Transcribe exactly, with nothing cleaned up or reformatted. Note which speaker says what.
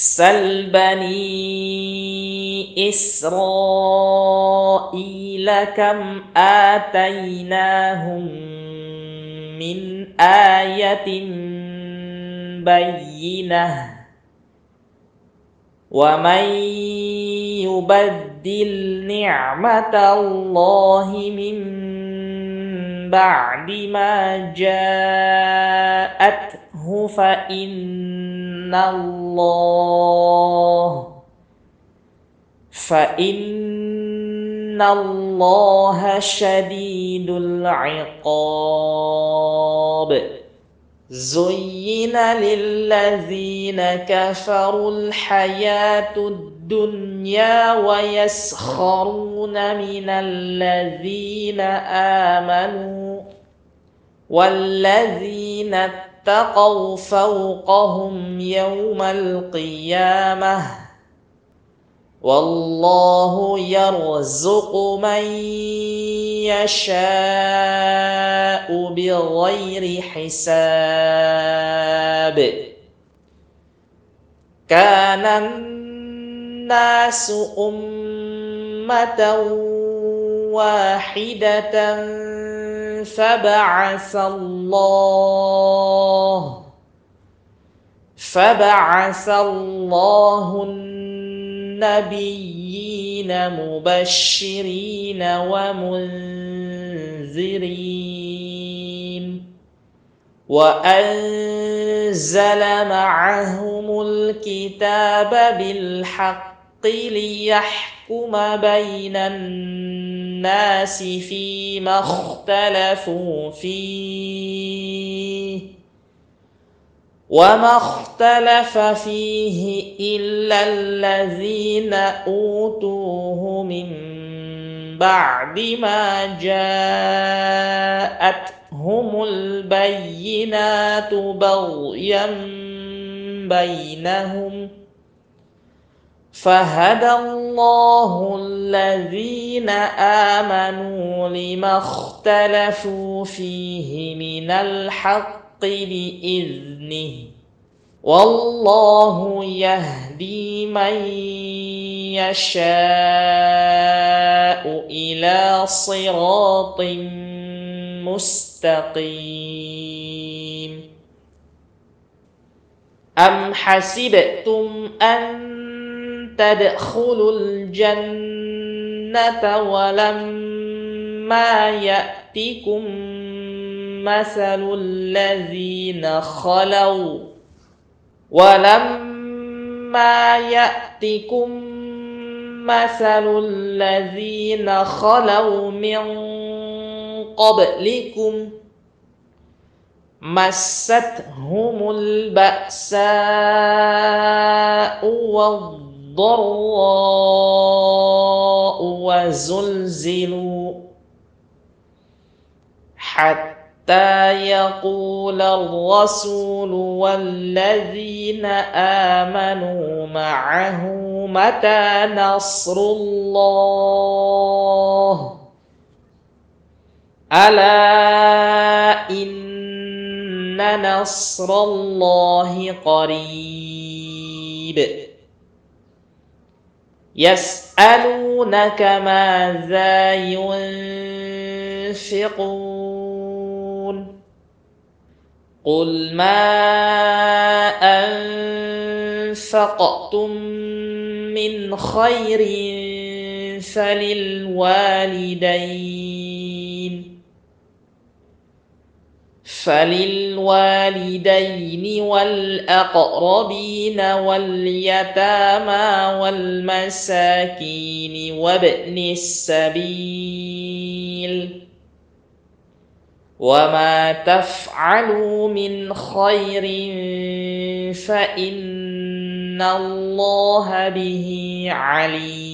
Speaker 1: سل بني إسرائيل كم آتيناهم من آية بينة ومن يبدل نعمة الله من بعد ما جاءته فإن الله فإن الله شديد العقاب. زين للذين كفروا الحياة الدنيا ويسخرون من الذين آمنوا والذين اتقوا فوقهم يوم القيامة والله يرزق من يشاء بغير حساب. كان الناس أمة واحدة فبعث الله فبعث الله النبيين مبشرين ومنذرين وأنزل معهم الكتاب بالحق ليحكم بين الناس فيما اختلفوا فيه وما اختلف فيه إلا الذين أوتوه من بعد ما جاءتهم البينات بغيا بينهم فهدى الله الذين آمنوا لما اختلفوا فيه من الحق بإذنه والله يهدي من يشاء إلى صراط مستقيم. أم حسبتم أن تدخلوا الجنة ولما يأتكم مثل الذين خلوا ولما يأتكم مثل الذين خلوا من قبلكم مستهم البأساء والضراء وزلزلوا حتى حتى يقول الرسول والذين آمنوا معه متى نصر الله ألا إن نصر الله قريب. يسألونك ماذا ينفقون قل ما أنفقتم من خير فللوالدين فللوالدين والأقربين واليتامى والمساكين وابن السبيل وما تفعلوا من خير فإن الله به عليم.